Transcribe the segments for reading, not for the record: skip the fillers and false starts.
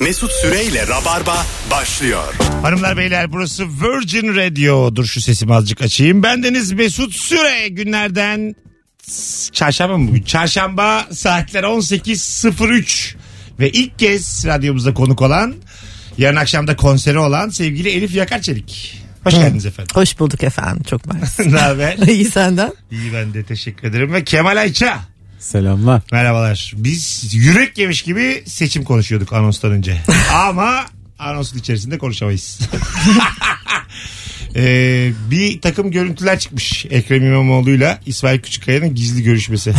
Mesut Süreyle Rabarba başlıyor. Hanımlar beyler, burası Virgin Radio. Dur şu sesimi azıcık açayım. Bendeniz Mesut Süre. Günlerden çarşamba mı bugün? Çarşamba, saatler 18.03 ve ilk kez radyomuzda konuk olan, yarın akşamda konseri olan sevgili Elif Yakarçelik. Hoş geldiniz efendim. Hoş bulduk efendim. Çok mersi. Ne haber? İyi senden? İyi, ben de teşekkür ederim. Ve Kemal Ayça. Selamlar. Merhabalar. Biz yürek yemiş gibi seçim konuşuyorduk anonstan önce. Ama anonsun içerisinde konuşamayız. Bir takım görüntüler çıkmış Ekrem İmamoğlu'yla İsmail Küçükkaya'nın gizli görüşmesi.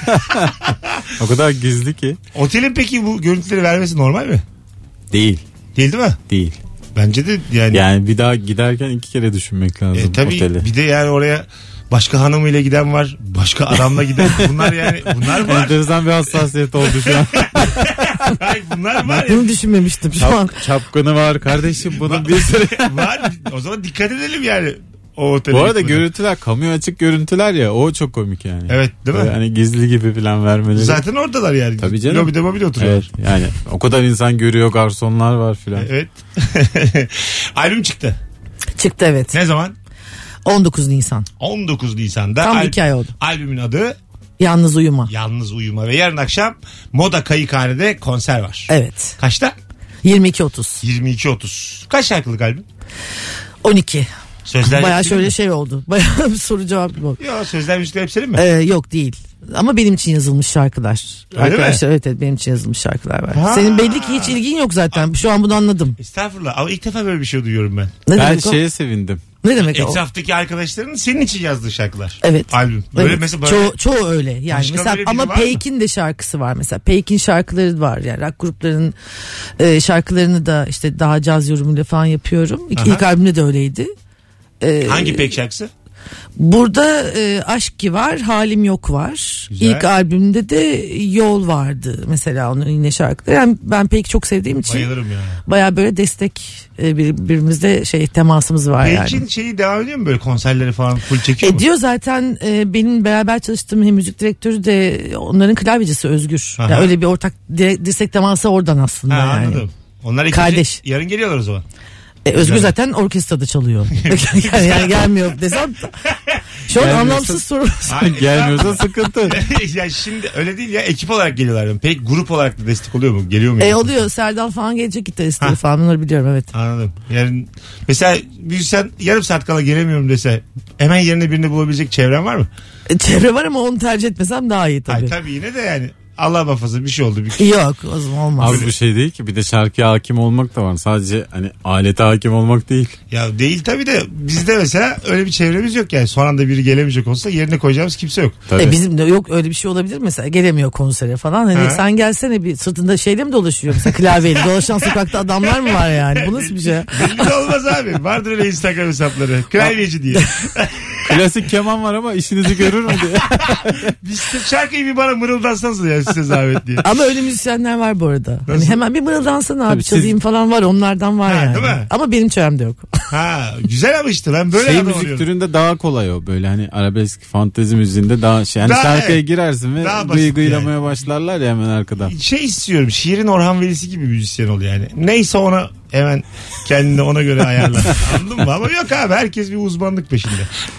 O kadar gizli ki. Otelin peki bu görüntüleri vermesi normal mi? Değil. Değil mi? Değil. Bence de yani. Yani bir daha giderken 2 kere düşünmek lazım tabii oteli. Bir de yani oraya başka hanımıyla giden var. Başka adamla giden. Bunlar var. Enteresan bir hassasiyet oldu şu an. Hayır, bunlar var. Bunu düşünmemiştim şu an. Çapkını var kardeşim, bunun bir sürü. Var. O zaman dikkat edelim yani. O otele Bu arada gitmeden. görüntüler, kamuya açık görüntüler ya, o çok komik yani. Evet, değil mi? Hani gizli gibi falan vermeleri. Zaten oradalar yani. Tabii canım. Lobide oturuyorlar. Evet, yani o kadar insan görüyor, garsonlar var filan. Evet. Albüm çıktı. Çıktı evet. Ne zaman? 19 Nisan. 19 Nisan'da. Tam 2 ay oldu. Albümün adı Yalnız Uyuma. Yalnız Uyuma ve yarın akşam Moda Kayıkhane'de konser var. Evet. Kaçta? 22.30. 22.30. Kaç şarkılık albüm? 12. Sözler Baya hepsi şöyle mi? şey oldu. Baya bir soru cevap gibi oldu. Yok, sözler müzikler hepsi mi? Yok değil. Ama benim için yazılmış şarkılar. Öyle Arkadaşlar evet benim için yazılmış şarkılar var. Ha. Senin belli ki hiç ilgin yok zaten. Şu an bunu anladım. Estağfurullah. Ama ilk defa böyle bir şey duyuyorum ben. Ne Ben demek o? şeye sevindim. Ne demek o? Etraftaki arkadaşların senin için yazdığı şarkılar. Evet. Albüm. Böyle Evet. mesela böyle. Çoğu öyle. Yani Başka mesela böyle biri ama var mı? Peyk'in de şarkısı var mesela. Peyk'in şarkıları var. Yani rock gruplarının şarkılarını da işte daha caz yorumuyla falan yapıyorum. İlk albümde de öyleydi. Hangi pek şarkısı? Burada Aşk Ki var, Halim Yok var. Güzel. İlk albümde de Yol vardı mesela, onun yine şarkıları. Yani ben Peyk'i çok sevdiğim için Bayılırım ya. baya böyle destek birbirimizde temasımız var yani. Peyk'in şeyi devam ediyor mu böyle, konserleri falan full çekiyor mu? Ediyor zaten. Benim beraber çalıştığım hem müzik direktörü de onların klavyecisi Özgür. Aha. Yani öyle bir ortak dirsek teması oradan aslında Ha, yani. anladım. Onlar Kardeş. yarın geliyorlar o zaman. Özgür zaten orkestrada çalıyor. yani gelmiyor desem. Şu an Gelmiyorsa- anlamsız soru. Hayır, Gelmiyorsa sıkıntı. ya şimdi öyle değil ya, ekip olarak geliyorlar. Peki grup olarak da destek oluyor mu? Geliyor mu? Oluyor. Serdal falan gelecek, gitaristleri falan, onları biliyorum evet. Anladım. Yani mesela müzisyen yarım saat kala gelemiyorum dese hemen yerine birini bulabilecek çevren var mı? Çevre var ama onu tercih etmesem daha iyi tabii. Hayır, tabii yine de yani Allah muhafaza bir şey oldu. Bir... Yok o zaman olmaz. Abi bu şey değil ki, bir de şarkıya hakim olmak da var. Sadece hani alete hakim olmak değil. Ya değil tabii de bizde mesela öyle bir çevremiz yok yani. Son anda biri gelemeyecek olsa yerine koyacağımız kimse yok. Tabii. Bizim de yok öyle bir şey olabilir mesela, gelemiyor konsere falan. Hani Ha. sen gelsene, bir sırtında şeyle mi dolaşıyor mesela, klavyeyle dolaşan sokakta adamlar mı var yani? Bu nasıl bir şey? Belli de olmaz abi. Vardır öyle Instagram hesapları. Klavyeci diye. Klasik keman var ama işinizi görür mü diye. Biz şarkıyı bir bana mırıldansanız ya size zahmet diye. Ama öyle müzisyenler var bu arada. Hani Nasıl? hemen bir mırıldansana abi, Tabii çalayım falan var, onlardan var Ha, yani. değil mi? Ama benim çevremde yok. Ha, güzel ama işte ben böyle Şey adam müzik arıyorum. türünde daha kolay o, böyle hani arabesk fantezi müziğinde daha şey. Yani Daha, şarkıya evet. girersin ve Daha basit gıylamaya başlarlar ya hemen arkadan. Şey istiyorum, şiirin Orhan Velisi gibi müzisyen ol yani. Neyse ona hemen kendini ona göre ayarla. Anladın mı? Ama yok abi, herkes bir uzmanlık peşinde.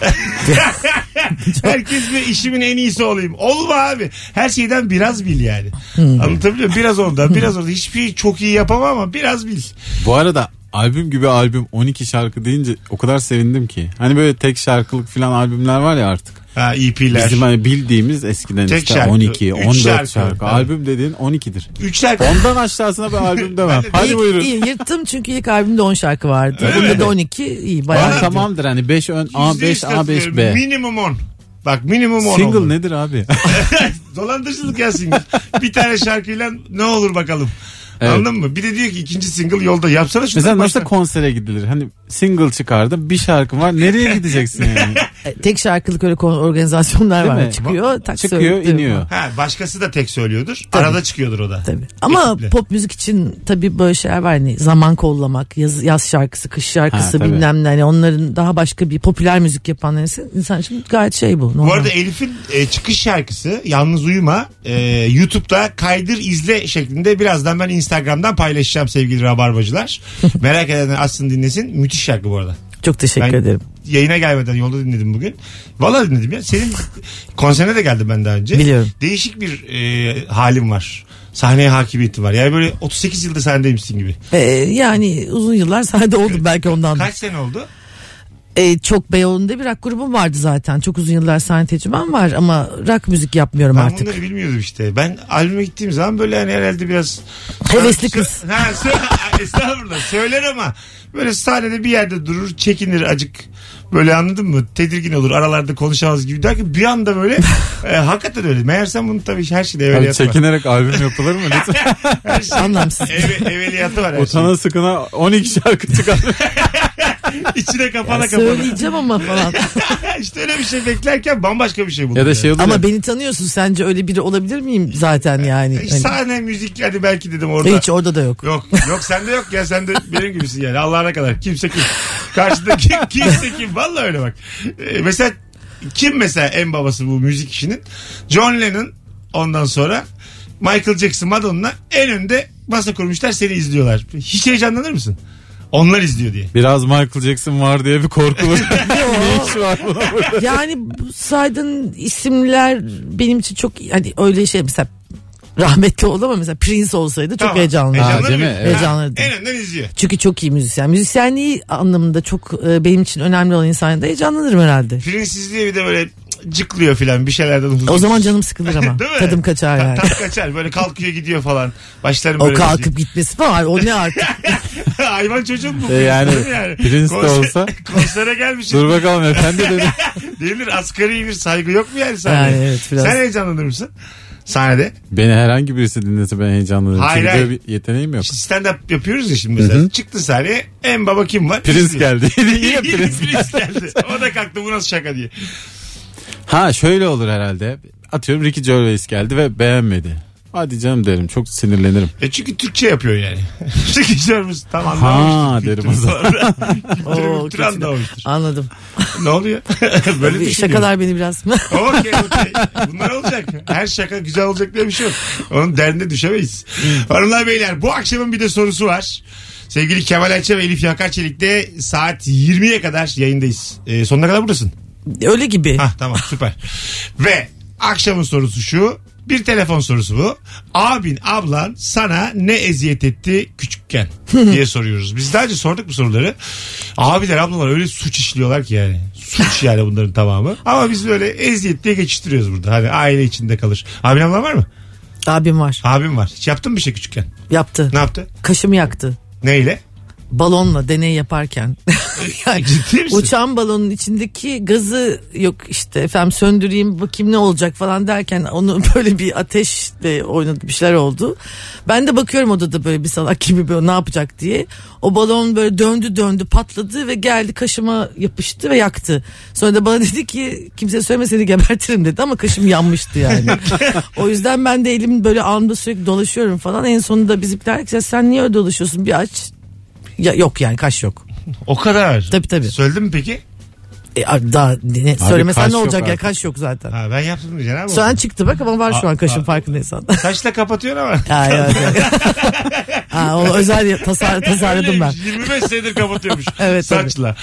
Herkes bir işimin en iyisi olayım. Olma abi. Her şeyden biraz bil yani. Anlatabiliyor muyum? Biraz oradan biraz orada. Hiçbir şey çok iyi yapamam ama biraz bil. Bu arada albüm gibi albüm 12 şarkı deyince o kadar sevindim ki. Hani böyle tek şarkılık falan albümler var ya artık. Ha, EP'ler. Bizim hani bildiğimiz eskiden Tek işte şarkı, 12, üç 14 şarkı. şarkı. Evet. Albüm dediğin 12'dir. 3 şarkı. Ondan aşağısına bir albüm demem. Hadi İyi, buyurun. iyi, yırttım çünkü ilk albümde 10 şarkı vardı. Öyle Bunda mi? da 12, iyi Bana bayağı. tamamdır hani 5 ön A5 %100 A5 B. Minimum 10. Bak minimum 10 Single olmalı. nedir abi? Dolandırıcılık ya single. Bir tane şarkıyla ne olur bakalım. Evet. Anladın mı? Bir de diyor ki ikinci single yolda. Yapsana şunu. Mesela nasıl konsere gidilir? Hani single çıkardı, bir şarkı var. Nereye gideceksin yani? Tek şarkılık öyle organizasyonlar Değil var. mi? Çıkıyor, Çıkıyor, iniyor. Ha, başkası da tek söylüyordur. Tabii. Arada çıkıyordur o da. Tabii. Ama Ekiple. pop müzik için tabii böyle şeyler var. Hani zaman kollamak, yaz şarkısı, kış şarkısı, tabii. bilmem ne. Hani onların daha başka bir popüler müzik yapanlar için insan için gayet şey bu. Normal. Bu arada Elif'in çıkış şarkısı Yalnız Uyuma YouTube'da kaydır izle şeklinde birazdan ben Instagram'dan paylaşacağım sevgili Rabarbacılar. Merak edenler açsın dinlesin. Müthiş şarkı bu arada. Çok teşekkür Ben ederim. yayına gelmeden yolda dinledim bugün. Vallahi dinledim ya. Senin konserine de geldim ben daha önce. Biliyorum. Değişik bir halim var. Sahneye hakimiyeti var. Yani böyle 38 yılda sahnedeymişsin gibi. Yani uzun yıllar sahnede oldum belki ondan. Kaç sene oldu? Çok Beyoğlu'nda bir rock grubum vardı zaten. Çok uzun yıllar sahne tecrübem var ama rock müzik yapmıyorum Ben artık. bunları bilmiyordum işte. Ben albüme gittiğim zaman böyle hani herhalde biraz... Hevesli kız. Estağfurullah. Söyler ama böyle sahnede bir yerde durur, çekinir acık. Böyle anladın mı? Tedirgin olur. Aralarda konuşamaz gibi derken bir anda böyle hakikaten öyle. Meğersem bunu tabii her şeyde evveliyatı var. Çekinerek albüm yapılır mı? Her şey, Anlamsız. evveliyatı var her Utana şey. sıkına 12 şarkı çıkar. İçine kapana Ya kapana. söyleyeceğim ama falan. İşte öyle bir şey beklerken bambaşka bir şey buldum. Ya da şey olur Ama ya. beni tanıyorsun, sence öyle biri olabilir miyim zaten yani? Hani Sahne, müzik hadi belki dedim orada. hiç orada da yok. Yok sende yok ya, sen de benim gibisin yani Allah'ına kadar. Kimse kim. Karşıdaki kimse kim. Vallahi öyle bak. Mesela kim mesela en babası bu müzik işinin? John Lennon, ondan sonra Michael Jackson, Madonna en önde masa kurmuşlar, seni izliyorlar. Hiç heyecanlanır mısın? Onlar izliyor diye. Biraz Michael Jackson var diye bir korku var. Ne iş var buna burada? Yani bu saydığın isimler benim için çok hani öyle şey, mesela rahmetli oldu ama mesela Prince olsaydı çok Tamam. heyecanlı. Heyecanlanır değil mi? mıydın? Evet. Heyecanlanırdım. En önden izliyor. Çünkü çok iyi müzisyen. Müzisyenliği anlamında çok benim için önemli olan insan da heyecanlanırım herhalde. Prince izliyor bir de böyle cıklıyor filan bir şeylerden huzur. O zaman canım sıkılır ama. Değil mi? Tadım kaçar yani. Tat kaçar. Böyle kalkıyor gidiyor falan. Başlarım O böyle. kalkıp gitmesi falan, o ne artık. Hayvan çocuğum bu. Yani yani. Prince de olsa. Konsere gelmişim. Dur bakalım efendi dedi. Değildir, asgari bir saygı yok mu yani sahneye? Yani evet, biraz. Sen heyecanlanır mısın sahnede? Beni herhangi birisi dinlese ben heyecanlanırım. Hayır, Çünkü hayır. böyle bir yeteneğim yok. Stand up yapıyoruz ya şimdi mesela. Çıktı sahneye, en baba kim var? Prince İzliyor. geldi. Yine Prince Prince. geldi. O da kalktı, bu nasıl şaka diye. Ha şöyle olur herhalde. Atıyorum Ricky Gervais geldi ve beğenmedi. Hadi canım derim, çok sinirlenirim. Çünkü Türkçe yapıyor yani. Çıkışlarımız tam Ha anlamamıştır. derim o zaman. Oo, Kültür kötü. anlamamıştır. Anladım. Ne oluyor? Böyle düşünüyorum. Şakalar beni biraz. Okey. Bunlar olacak. Her şaka güzel olacak diye bir şey yok. Onun derdine düşemeyiz. Hanımlar beyler, bu akşamın bir de sorusu var. Sevgili Kemal Ayça ve Elif Yakar Çelik'te saat 20'ye kadar yayındayız. Sonuna kadar buradasın. Öyle gibi. Hah, tamam, süper. Ve akşamın sorusu şu. Bir telefon sorusu bu. Abin, ablan sana ne eziyet etti küçükken diye soruyoruz. Biz daha önce sorduk bu soruları. Abiler, ablalar öyle suç işliyorlar ki yani. Suç yani bunların tamamı. Ama biz böyle eziyet diye geçiştiriyoruz burada. Hani aile içinde kalır. Abin, ablan var mı? Abim var. Abim var. Hiç yaptın mı bir şey küçükken? Yaptı. Ne yaptı? Kaşımı yaktı. Neyle? Balonla deney yaparken. Yani Ciddi misin? uçan balonun içindeki gazı yok işte efendim söndüreyim bakayım ne olacak falan derken onu böyle bir ateşle oynadı, bir şeyler oldu. Ben de bakıyorum odada böyle bir salak gibi böyle ne yapacak diye. O balon böyle döndü patladı ve geldi kaşıma yapıştı ve yaktı. Sonra da bana dedi ki kimse söyleme seni gebertirim dedi ama kaşım yanmıştı yani. O yüzden ben de elim böyle alnımda sürekli dolaşıyorum falan. En sonunda bizimkiler ki sen niye öyle dolaşıyorsun, bir aç. Ya, yok yani kaş yok. O kadar. Tabii. Söyledin mi peki? Daha söylemesen kaş ne yok olacak ya, artık. kaş yok zaten. Ha, ben yaptım diyeceksin abi. Şu an çıktı bak ama var şu an kaşın farkındaysan. Kaşla kapatıyorsun ama. O özel tasarladım ben. 25 senedir kapatıyormuş. Evet, tabii. Saçla.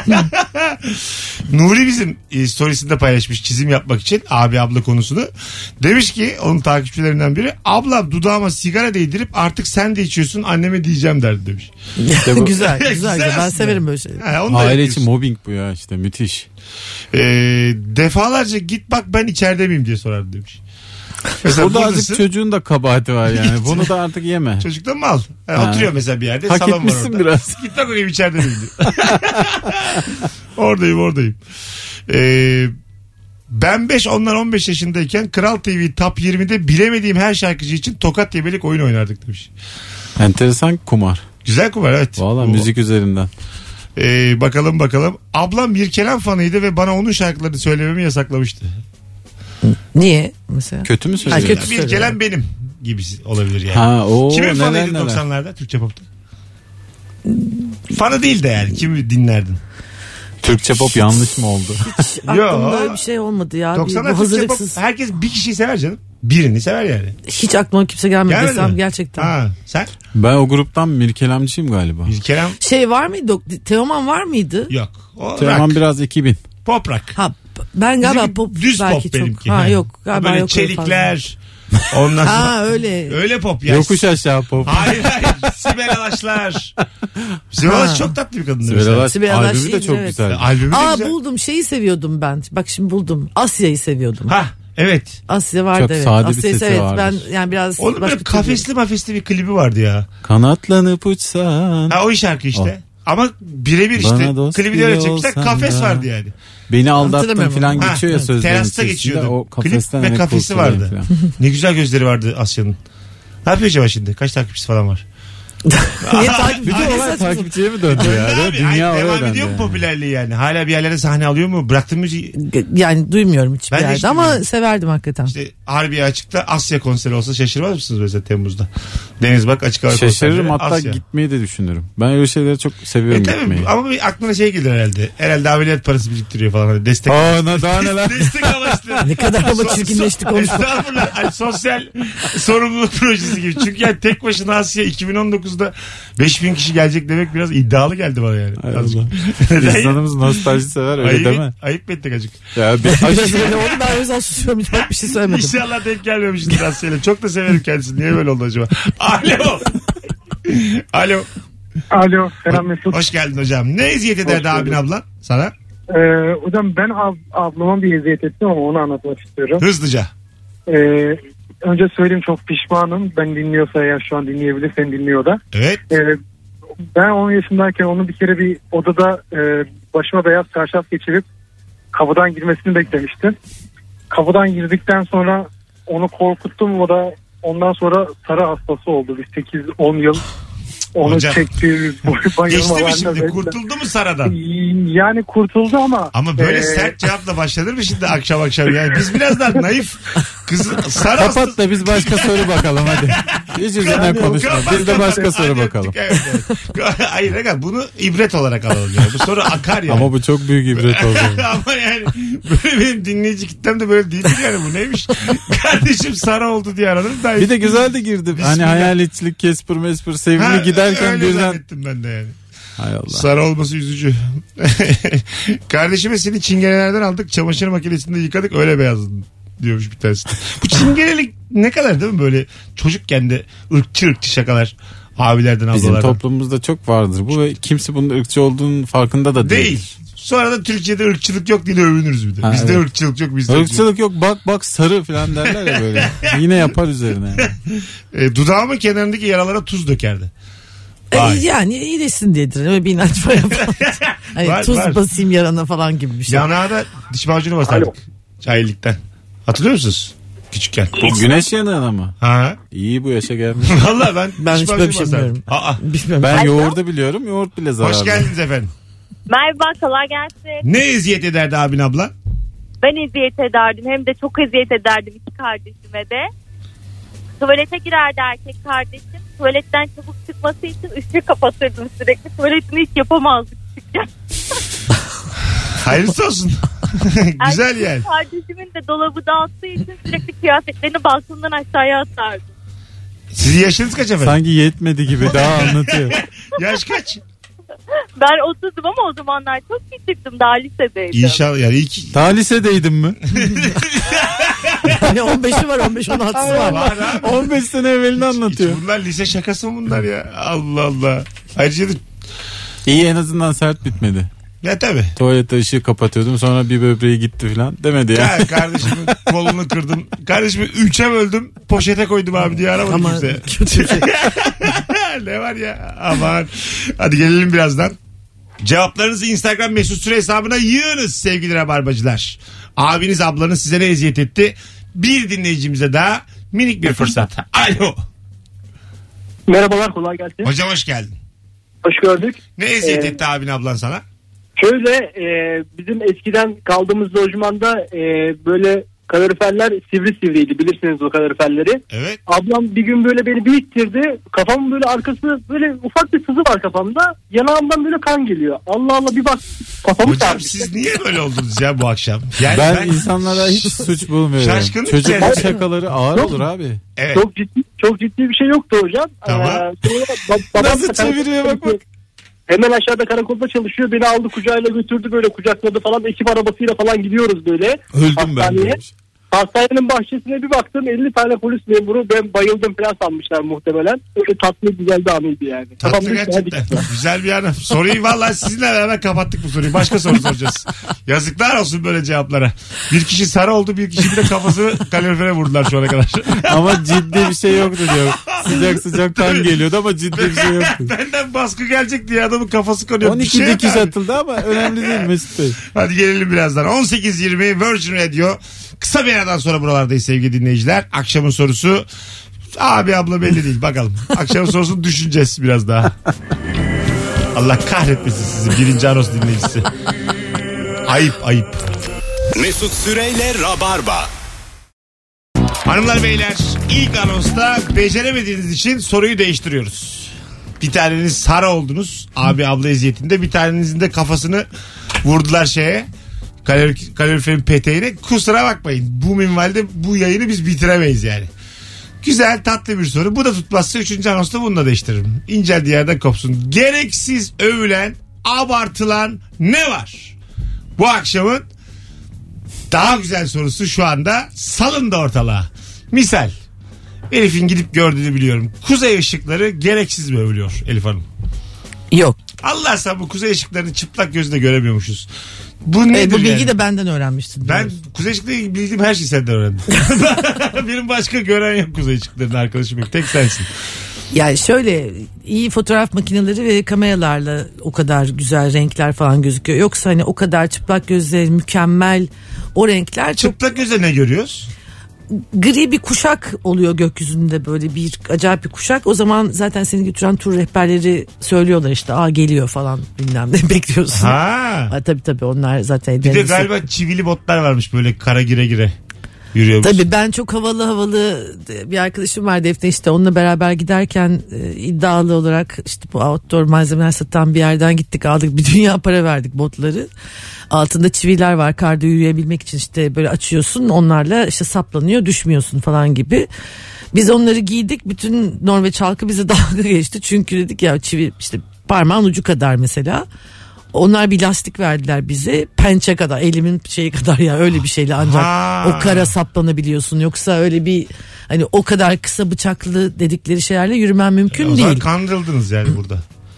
Nuri bizim storiesinde paylaşmış çizim yapmak için abi abla konusunu. Demiş ki onun takipçilerinden biri, ablam dudağıma sigara değdirip artık sen de içiyorsun anneme diyeceğim derdi demiş. İşte bu güzel. Ben aslında. severim böyle şeyleri. Ha, onu da aile yapıyorsun. içi mobbing bu ya, işte müthiş. Defalarca git bak ben içeride miyim diye sorardı demiş. Mesela Burada buradasın, azıcık çocuğun da kabahati var yani. Bunu da artık yeme. çocuktan mı al? Ha. Oturuyor mesela bir yerde. Hak salon var etmişsin orada. biraz. Git bak bakayım içeride miyim diyor. Oradayım. Ben 5 onlar 15 yaşındayken Kral TV Top 20'de bilemediğim her şarkıcı için tokat yemelik oyun oynardık demiş. Enteresan kumar. Güzel kumar, evet. Valla Bu, müzik üzerinden. Bakalım. Ablam Mirkelam fanıydı ve bana onun şarkılarını söylememi yasaklamıştı. Niye mesela? Kötü mü söylüyor? kötü. Mirkelam benim gibisi olabilir yani. Ha, Kimin fanıydı neler. 90'larda Türkçe pop'ta? Fanı değil de yani. Kimi dinlerdin? Türkçe pop yanlış mı oldu? Hiç aklımda öyle bir şey olmadı ya. 90'lar Bu Türkçe pop hazırlıksız. herkes bir kişiyi sever canım. Birini sever yani. Hiç aklıma kimse gelmedi Gelmedi desem mi? gerçekten. Ha, sen? Ben o gruptan Mirkelamcıyım galiba. Mirkelam Şey var mıydı? Teoman var mıydı? yok. O Teoman rock. biraz 2000. Pop rock. Ha ben galiba Bizimki pop düz belki pop çok. benimki. Ha yok galiba Böyle yok. öyle çelikler. Ondan fazla. sonra Ha öyle. öyle pop ya. Yokuş aşağı pop. Hayır. Sibel Alaşlar. Sibel Alaş çok tatlı bir kadındı. Sibel mesela. Alaş Sibel Alaş albümü de iyiydi, çok evet. güzel. Albümü de Aa güzel. buldum şeyi seviyordum ben. Bak şimdi buldum. Asya'yı seviyordum. Ha evet. Asya vardı Çok evet. sade bir Asya'yı sesi evet vardır. ben yani biraz Onun böyle türlü- kafesli mafesli bir klibi vardı ya. Kanatlanıp uçsan. Ha o şarkı işte. Ama birebir işte. Bana dost Klibi de öyle gibi çekmişler. olsan Kafes da. vardı yani. Beni aldattın Hatırlamıyorum falan ama. geçiyor ya Ha, sözlerin terasta içerisinde. geçiyordu. O Klip kafesten ve hani kafesi kurtulayım vardı. falan. Ne güzel gözleri vardı Asya'nın. Ne yapıyor acaba şimdi? Kaç takipçisi falan var? Niye takip Bir de ediyorsun? olay takipçiye mi döndü ya? Abi, Dünya devam oraya döndü. ediyor mu yani. popülerliği yani? Hala bir yerlerde sahne alıyor mu? Bıraktın müziği? Yani duymuyorum hiçbir Ben de hiç yerde ama duymuyorum. severdim hakikaten. İşte Harbiye Açık'ta Asya konseri olsa şaşırmaz mısınız mesela Temmuz'da? Deniz bak açık hava Şaşırırım konserleri, hatta Asya. gitmeyi de düşünürüm. Ben öyle şeyleri çok seviyorum Tabii, gitmeyi. ama bir aklına şey gelir herhalde. Herhalde ameliyat parası biriktiriyor falan. Hani destek. Daha neler. Destek amaçlı. Ne kadar ama çirkinleşti konuşma. Estağfurullah. Hani sosyal sorumluluk projesi gibi. Çünkü yani tek başına Asya 2019'da 5000 kişi gelecek demek biraz iddialı geldi bana yani. Hay Azıcık. Allah. İnsanımız nostalji sever öyle deme. Ayıp ettik acık. Ya bir Biraz öyle oldu ben o yüzden susuyorum hiç bak bir şey söylemedim. İnşallah denk gelmemiştir Asya'yla. Çok da severim kendisini. Niye böyle oldu acaba? Alo. Alo. Alo selam Mesut. Hoş geldin hocam. Ne eziyet ederdi Hoş abin bulduk. ablan sana? Hocam ben ablama bir eziyet ettim ama onu anlatmak istiyorum. Hızlıca. Önce söyleyeyim çok pişmanım. Ben dinliyorsa eğer şu an dinleyebilir seni dinliyor da. Evet. Ben 10 yaşındayken onu bir kere bir odada başıma beyaz çarşaf geçirip kapıdan girmesini beklemiştim. Kapıdan girdikten sonra onu korkuttum. O da ondan sonra sarı hastası oldu. Bir 8-10 yıl onu Hocam. çekti. Geçti mi şimdi? Kurtuldu mu Sara'dan? Yani kurtuldu ama. Ama böyle sert cevapla başlanır mı şimdi akşam akşam? Yani biz biraz daha naif kızı Sara kapat da biz başka soru bakalım hadi. Hiç üzerinden konuşma. Biz de başka soru bakalım. Evet. Hayır Ega bunu ibret olarak alalım yani. Bu soru akar yani. Ama bu çok büyük ibret oldu. Ama yani böyle benim dinleyici kitlem de böyle değildir yani bu neymiş? Kardeşim Sara oldu diye aradım. Bir de güzel de girdim. Hani Bismillah. hayaletçilik, Kesper, Mesper, sevimli giderken öyle birden. zannettim ben de yani. Hay Allah. Sarı olması üzücü. Kardeşime seni çingenelerden aldık. Çamaşır makinesinde yıkadık öyle beyazladın diyormuş bir tanesi. Bu çingenelik ne kadar değil mi böyle çocukken de ırkçı şakalar abilerden Bizim ablalardan. toplumumuzda çok vardır bu ve kimse bunun ırkçı olduğunun farkında da değil. Değil. Sonra da Türkiye'de ırkçılık yok diye övünürüz bir de. Ha, Bizde evet. ırkçılık yok bizde ırkçılık. Irkçılık yok bak sarı falan derler ya böyle. Yine yapar üzerine. Dudağımın kenarındaki yaralara tuz dökerdi. Vay. Yani iyileşsin diyedir. Öyle bir inanç var. Hani Var, tuz var. basayım yarana falan gibi bir şey. Yanağa da diş macunu basardık. Cahillikten. Hatırlıyor musunuz? Küçükken. Bu güneş yanığına mı? Ha. İyi bu yaşa gelmiş. Valla Ben diş hiç macunu böyle bir şey basardım. bilmiyorum. Aa. Bilmiyorum. Ben yoğurdu biliyorum. Yoğurt bile zararlı. Hoş geldiniz efendim. Merhaba, kolay gelsin. Ne eziyet ederdi abin abla? Ben eziyet ederdim, hem de çok eziyet ederdim iki kardeşime de. Tuvalete girerdi erkek kardeşim. Tuvaletten çabuk çıkması için ışığı kapatırdım sürekli. Tuvaletini hiç yapamazdık küçükken. Hayırlısı olsun. Güzel Erkek yani. kardeşimin de dolabı dağıttığı için sürekli kıyafetlerini balkondan aşağıya atardım. Sizin yaşınız kaç efendim? Sanki yetmedi gibi daha anlatıyor. Yaş kaç? Ben 30'dum ama o zamanlar çok küçüktüm, daha lisedeydim. İnşallah yani ilk... Daha lisedeydin mi? Yani 15'i var 15-16'sı var. Var abi. 15 sene evvelini anlatıyor. Bunlar lise şakası mı bunlar ya? Allah Allah. Ayrıca da... İyi en azından sert bitmedi. Ya tabii. Tuvalette ışığı kapatıyordum sonra bir böbreği gitti falan demedi ya. Ya kardeşimin kolunu kırdım. Kardeşimi 3'e böldüm. Poşete koydum abi diye aramadım Ama kimse. kötü bir şey. Ne var ya? Aman. Hadi gelelim birazdan. Cevaplarınızı Instagram mesut süre hesabına yığınız sevgili rabarbacılar. Abiniz ablanız size ne eziyet etti? Bir dinleyicimize daha minik bir fırsat. Alo. Merhabalar kolay gelsin. Hocam hoş geldin. Hoş gördük. Ne eziyet etti abin ablan sana? Şöyle bizim eskiden kaldığımız lojmanda böyle kaloriferler sivriydi, bilirsiniz o kaloriferleri. Evet. Ablam bir gün böyle beni bir ittirdi. Kafamın böyle arkası böyle ufak bir sızı var kafamda. Yanağımdan böyle kan geliyor. Allah Allah bir bak kafamı Hocam sarmış. siz niye böyle oldunuz ya bu akşam? Yani Ben insanlara hiç suç bulmuyorum. Şaşkınım Çocukluk yani. şakaları ağır olur abi. Evet. Çok ciddi bir şey yoktu hocam. Tamam. Babam Nasıl çeviriyor bak. Hemen aşağıda karakolda çalışıyor. Beni aldı kucağıyla götürdü, böyle kucakladı falan. Ekip arabasıyla falan gidiyoruz böyle. Öldüm ben. Hastaneye. Demiş. Hastanenin bahçesine bir baktım, 50 tane polis memuru, ben bayıldım falan sanmışlar muhtemelen. Öyle tatlı güzel bir anıydı yani. Tatlı Kafamda gerçekten. Güzel bir anı. Soruyu vallahi sizinle beraber kapattık bu soruyu. Başka soru soracağız. Yazıklar olsun böyle cevaplara. Bir kişi sarı oldu, bir kişi bir de kafası kalorifere vurdular şu ana kadar. Ama ciddi bir şey yoktu diyor. Sıcak sıcak kan geliyordu ama ciddi bir şey yoktu. Benden baskı gelecek diye adamın kafası kanıyor. 12 dikiş atıldı ama önemli değil Mesut Bey. Hadi gelelim birazdan. 18.20 Virgin Radio. Kısa bir aradan sonra buralardayız sevgili dinleyiciler. Akşamın sorusu abi abla belli değil, bakalım. Akşamın sorusunu düşüneceğiz biraz daha. Allah kahretmesin sizi birinci anons dinleyicisi. Ayıp. Mesut Süreyle Rabarba. Hanımlar beyler, ilk anonsta beceremediğiniz için soruyu değiştiriyoruz. Bir taneniz sarı oldunuz abi abla eziyetinde, bir tanenizin de kafasını vurdular şeye, kaloriferin peteğine. Kusura bakmayın, bu minvalde bu yayını biz bitiremeyiz yani. Güzel tatlı bir soru. Bu da tutmazsa 3. anonsta bunu da değiştiririm. İnceldiği yerden kopsun. Gereksiz övülen, abartılan ne var? Bu akşamın daha güzel sorusu şu anda. Salın da ortalığa. Misal, Elif'in gidip gördüğünü biliyorum. Kuzey ışıkları gereksiz mi övülüyor Elif Hanım? Yok. Allah sen bu kuzey ışıklarını çıplak gözle göremiyormuşuz. Bu nedir Bu bilgi yani? de benden öğrenmiştin. Ben biliyorsun. kuzey ışıklarıyla ilgili bildiğim her şeyi senden öğrendim. Benim başka gören yok kuzey ışıklarının, arkadaşım yok. Tek sensin. Yani şöyle, iyi fotoğraf makineleri ve kameralarla o kadar güzel renkler falan gözüküyor. Yoksa hani o kadar çıplak gözle mükemmel o renkler çok Çıplak gözle ne görüyoruz? gri bir kuşak oluyor gökyüzünde, böyle bir acayip bir kuşak. O zaman zaten seni götüren tur rehberleri söylüyorlar işte geliyor falan bilmem ne bekliyorsun. Ha. Tabii onlar zaten. Bir de galiba çivili botlar varmış böyle kara gire yürüyormuş. Tabii ben çok havalı bir arkadaşım var Defne, işte onunla beraber giderken iddialı olarak işte bu outdoor malzemeler satan bir yerden gittik, aldık, bir dünya para verdik botları. Altında çiviler var, karda yürüyebilmek için, işte böyle açıyorsun, onlarla işte saplanıyor, düşmüyorsun falan gibi. Biz onları giydik, bütün Norveç halkı bize dalga geçti çünkü dedik ya çivi işte parmağın ucu kadar mesela. Onlar bir lastik verdiler bize, pençe kadar, elimin şeyi kadar, ya öyle bir şeyle ancak o kara saplanabiliyorsun, yoksa öyle bir hani o kadar kısa bıçaklı dedikleri şeylerle yürümen mümkün O zaman değil. kandırıldınız yani burada.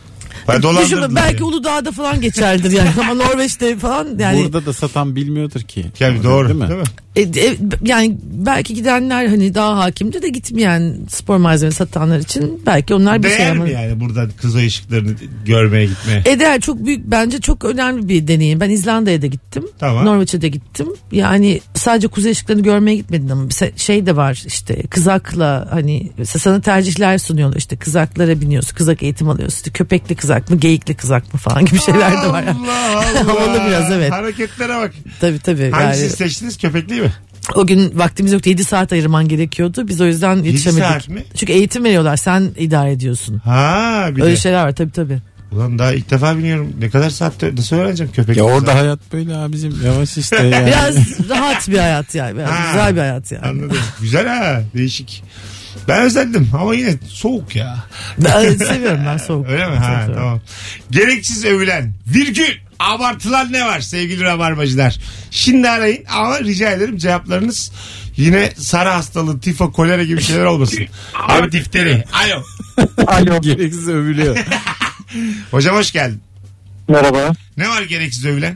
Düşün, belki Uludağ'da falan geçerdir yani ama Norveç'te falan yani. Burada da satan bilmiyordur ki. Yani doğru değil mi? Yani belki gidenler hani daha hakimdir de gitmeyen spor malzeme satanlar için belki onlar bir şey Değer ama. mi yani burada kuzey ışıklarını görmeye gitmeye? Eder, çok büyük, bence çok önemli bir deneyim. Ben İzlanda'ya da gittim. Tamam. Norveç'e de gittim. Yani sadece kuzey ışıklarını görmeye gitmedim ama bir şey de var işte, kızakla hani mesela sana tercihler sunuyorlar, işte kızaklara biniyorsun, kızak eğitim alıyorsun, işte köpekli kızak mı, geyikli kızak mı falan gibi şeyler de var. Allah. Havalı biraz, evet. Hareketlere bak. Tabii. Hangisini Yani, seçtiniz, köpekli mi? o gün vaktimiz yoktu, 7 saat ayırman gerekiyordu. Biz o yüzden yetişemedik. 7 saat mi? Çünkü eğitim veriyorlar, sen idare ediyorsun. Ha bir Öyle de. şeyler var tabii. Ulan daha ilk defa biniyorum. Ne kadar saatte nasıl öğreneceğim köpekli? Ya orada kızak? hayat böyle abicim, yavaş işte yani. Biraz rahat bir hayat yani. Biraz güzel bir hayat yani. Anladım. Güzel ha. Değişik. Ben özledim ama yine soğuk ya. Ben seviyorum, ben soğuk. Öyle mi? Çok Ha, seviyorum. tamam. Gereksiz övülen, virgül, abartılan ne var sevgili rabarbacılar? Şimdi arayın ama rica ederim cevaplarınız yine sarı hastalığı, tifo, kolera gibi şeyler olmasın. Abi difteri. Alo. Alo. Gereksiz övülüyor. Hocam hoş geldin. Merhaba. Ne var gereksiz övülen?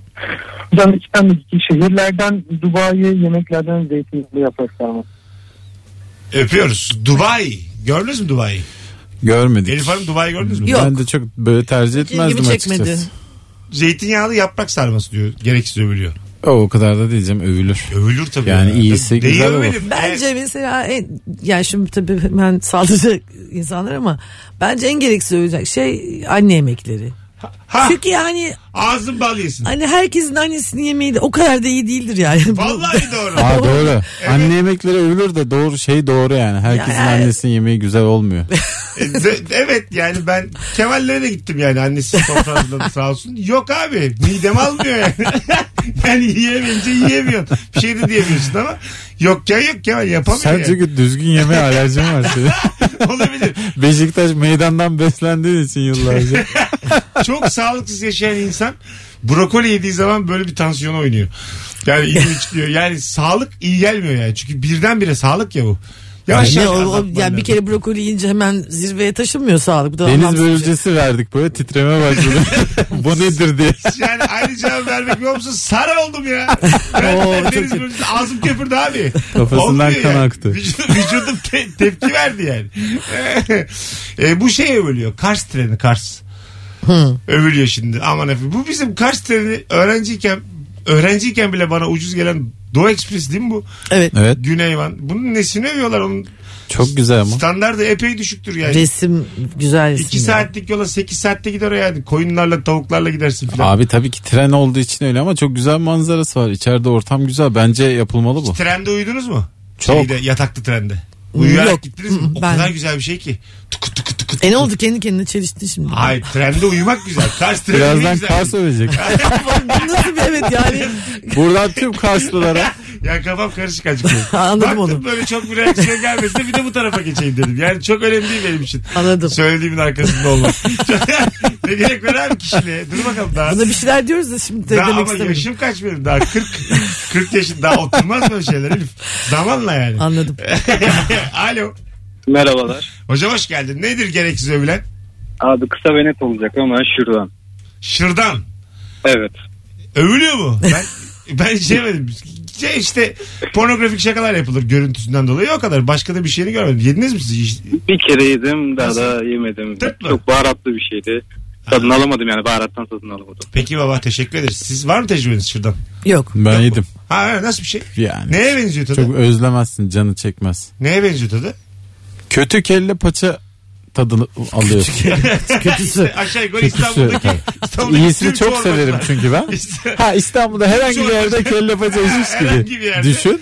Hocam iki tane şehirlerden Dubai'ye, yemeklerden zeytinli yaprak sarması. Öpüyoruz. Dubai. Gördünüz mü Dubai'yi? Görmedik. Elif Hanım Dubai gördünüz mü? Yok. Ben de çok böyle tercih etmezdim İlgimi çekmedi. açıkçası. Zeytinyağlı yaprak sarması diyor. Gereksiz övülüyor. O kadar da diyeceğim, övülür. Övülür tabii. Yani iyisi Değil güzel olur. övelim. Bence mesela yani şimdi tabii ben saldıracak insanlar ama bence en gereksiz övülecek şey anne yemekleri. Ha, Çünkü yani ağzın bal yesin. hani herkesin annesinin yemeği de o kadar da iyi değildir yani. Vallahi doğru. Aa, doğru. Anne yemekleri övülür de doğru şey doğru yani. Herkesin Yani- annesinin yemeği güzel olmuyor. Evet yani ben Kemal'lere de gittim yani, annesi sofrasında sağ olsun. Yok abi, midem almıyor yani. Yani yiyemeyince yiyemiyorsun. Bir şey de diyemiyorsun ama yok ya, yok Kemal yapamıyor Sen yani. çünkü düzgün yemeğe alerjin var senin. Olabilir. Beşiktaş meydandan beslendiğin için yıllarca. Çok sağlıksız yaşayan insan brokoli yediği zaman böyle bir tansiyon oynuyor. Yani ilginç çıkıyor. Yani sağlık iyi gelmiyor yani. Çünkü birdenbire sağlık ya bu. Yavaş Yani, yavaş yani azaltman bir kere brokoli yiyince hemen zirveye taşınmıyor sağlık. Bu da Deniz anlamsız bir şey. börülcesi verdik böyle titreme başladı. Bu nedir diye. Yani aynı cevap vermek yok musun? Sarı oldum ya. Ben deniz bölgesi ağzım köpürdü abi. Kafasından Olmuyor kan yani. aktı. Vücudum tepki verdi yani. Bu şey övülüyor. Kars treni, Kars. Övülüyor şimdi. Aman efendim. Bu bizim Kars treni öğrenciyken bile bana ucuz gelen Doğu Ekspres değil mi bu? Evet. Evet. Güneyvan. Bunun nesini övüyorlar? Onun Çok güzel ama. standardı epey düşüktür yani. Resim güzel resim. 2 ya. saatlik yola 8 saatte gider o yani. Koyunlarla tavuklarla gidersin falan. Abi tabii ki tren olduğu için öyle ama çok güzel manzarası var. İçeride ortam güzel. Bence yapılmalı bu. Trende uyudunuz mu? Çok. Yataklı trende. Uyuyarak Yok. gittiniz mi? O Ben- kadar güzel bir şey ki. Tuku tuku tuku tuku. Ne oldu, kendi kendine çelişti şimdi. Hayır, trende uyumak güzel. Kars treni Birazdan güzel. Kars övecek. Bu nasıl bir evet yani. Buradan tüm Karslılara. Ya kafam karışık azıcık. Anladım Baktım onu. böyle çok bir reaksiyon gelmese bir de bu tarafa geçeyim dedim. Yani çok önemli değil benim için. Anladım. Söylediğimin arkasında olmak. Ne gerek var abi kişiliğe? Dur bakalım daha. Buna bir şeyler diyoruz da şimdi de Daha demek ama istemedim. yaşım kaç benim? Daha 40 yaşım, daha oturmaz böyle şeyler Elif. Zamanla yani. Anladım. Alo. Merhabalar. Hocam hoş geldin. Nedir gereksiz övülen? Abi kısa ve net olacak ama şuradan. Şırdan. Evet. Övülüyor mu? Ben şey demedim. İşte pornografik şakalar yapılır görüntüsünden dolayı, o kadar. Başka da bir şeyini görmedim. Yediniz mi siz? Bir kere yedim daha da yemedim. Tırt mı? Çok baharatlı bir şeydi. Tadını alamadım yani, baharattan tadını alamadım. Peki baba, teşekkür ederiz. Siz var mı tecrübeniz şırdan? Yok. Ben yedim. Ha evet, nasıl bir şey? Yani. Neye benziyor tadı? Çok özlemezsin, canı çekmez. Neye benziyor tadı? Kötü kelle paça tadını alıyorsun. Kötüsü. Aşağı yukarı Kötüsü. İstanbul'daki İyisini Türk çok çorbası severim var. çünkü ben. Ha, İstanbul'da herhangi bir yerde kelle paça içmiş Herhangi bir gibi. yerde. Düşün.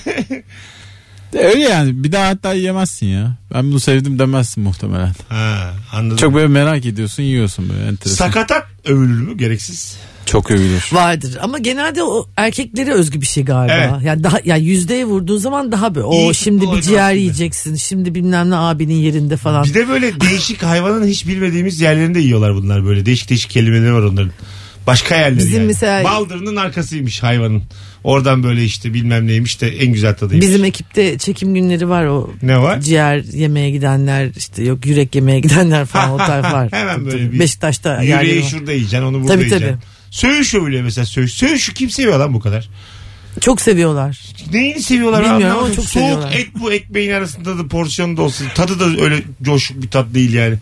Öyle yani, bir daha hatta yiyemezsin ya. Ben bunu sevdim demezsin muhtemelen. Ha, anladım. Çok böyle merak ediyorsun, yiyorsun böyle enteresan. Sakatat övülür mü? Gereksiz. Çok övülür. Vardır ama genelde o erkeklere özgü bir şey galiba. Evet. Yani daha ya yüzdeye vurduğun zaman daha böyle. O İyi şimdi futbol bir ciğer oynarsın da. yiyeceksin. Şimdi bilmem ne abinin yerinde falan. Bir de böyle değişik, hayvanın hiç bilmediğimiz yerlerinde yiyorlar bunlar böyle. Değişik değişik kelimeleri var onların. Başka yerleri Bizim yani. mesela- Baldırının arkasıymış hayvanın. Oradan böyle işte bilmem neymiş de en güzel tadıymış. Bizim ekipte çekim günleri var, o Ne var? ciğer yemeye gidenler, işte yok yürek yemeye gidenler falan, o taraf var. Hemen böyle bir Beşiktaş'ta yerleri yüreği var. şurada yiyeceksin, onu burada Tabii, yiyeceksin. Söğüş övülüyor mesela, söğüş. Söğüşü kim seviyor lan bu kadar? Çok seviyorlar. Neyini seviyorlar? Bilmiyorum Anlamadım. ama çok Soğuk seviyorlar. et, bu ekmeğin arasında da porsiyonu da olsun. Tadı da öyle coşuk bir tat değil yani.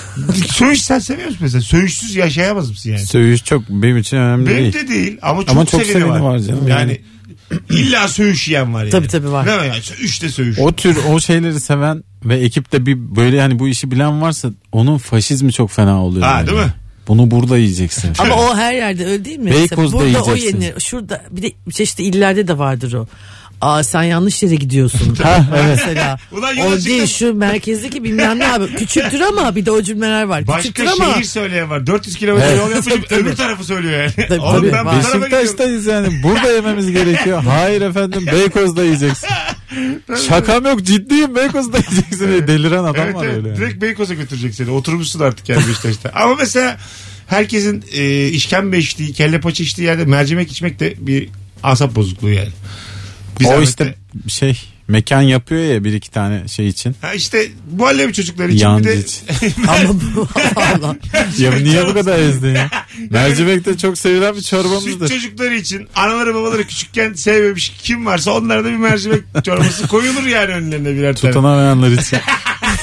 Söğüş sen seviyor musun mesela? Söğüşsüz yaşayamaz mısın yani? Söğüş çok benim için önemli Benim değil. de değil ama çok, Ama çok seveni seveni var. var canım Yani illa söğüş yiyen var yani. Tabii, var. Değil mi yani? Söğüş de söğüş. O tür o şeyleri seven ve ekipte bir böyle yani bu işi bilen varsa onun faşizmi çok fena oluyor. Ha, yani. değil mi? Bunu burada yiyeceksin. Ama o her yerde öyle değil mi? Beykoz'da Mesela burada o yiyeceksin. yenir. Şurada bir de çeşitli illerde de vardır o. Aa, sen yanlış yere gidiyorsun. Mesela. Ulan yola O çıktım. değil, şu merkezdeki bilmem ne abi. Küçüktür ama bir de o cümleler var. Küçüktür Başka ama. şehir söyleyen var. 400 kilometre yol yapmışım. Tabii. Öbür tarafı söylüyor yani. Tabii, Oğlum ben bu var. tarafa gidiyorum. Beşiktaş'tayız yani. Burada yememiz gerekiyor. Hayır efendim, Beykoz'da yiyeceksin. Şakam yok, ciddiyim, Beykoz'da yiyeceksin diye deliren adam Evet, var evet. öyle. Yani. Direkt Beykoz'a götürecek seni. Oturmuşsun artık yani Beşiktaş'ta. Ama mesela herkesin işkembe içtiği, kelle paça içtiği yerde mercimek içmek de bir asap bozukluğu yani. Bir O zahmet işte de- şey mekan yapıyor ya bir iki tane şey için. Ha işte bu halde çocuklar için Yancı bir de için. Ama bu Allah. Ya niye bu kadar ezdin ya? Mercimek de çok sevilen bir süt çorbamızdır. çocukları için anaları babaları küçükken sevmemiş kim varsa onlara da bir mercimek çorbası koyulur yani önlerine birer tane. Tutunamayanlar için.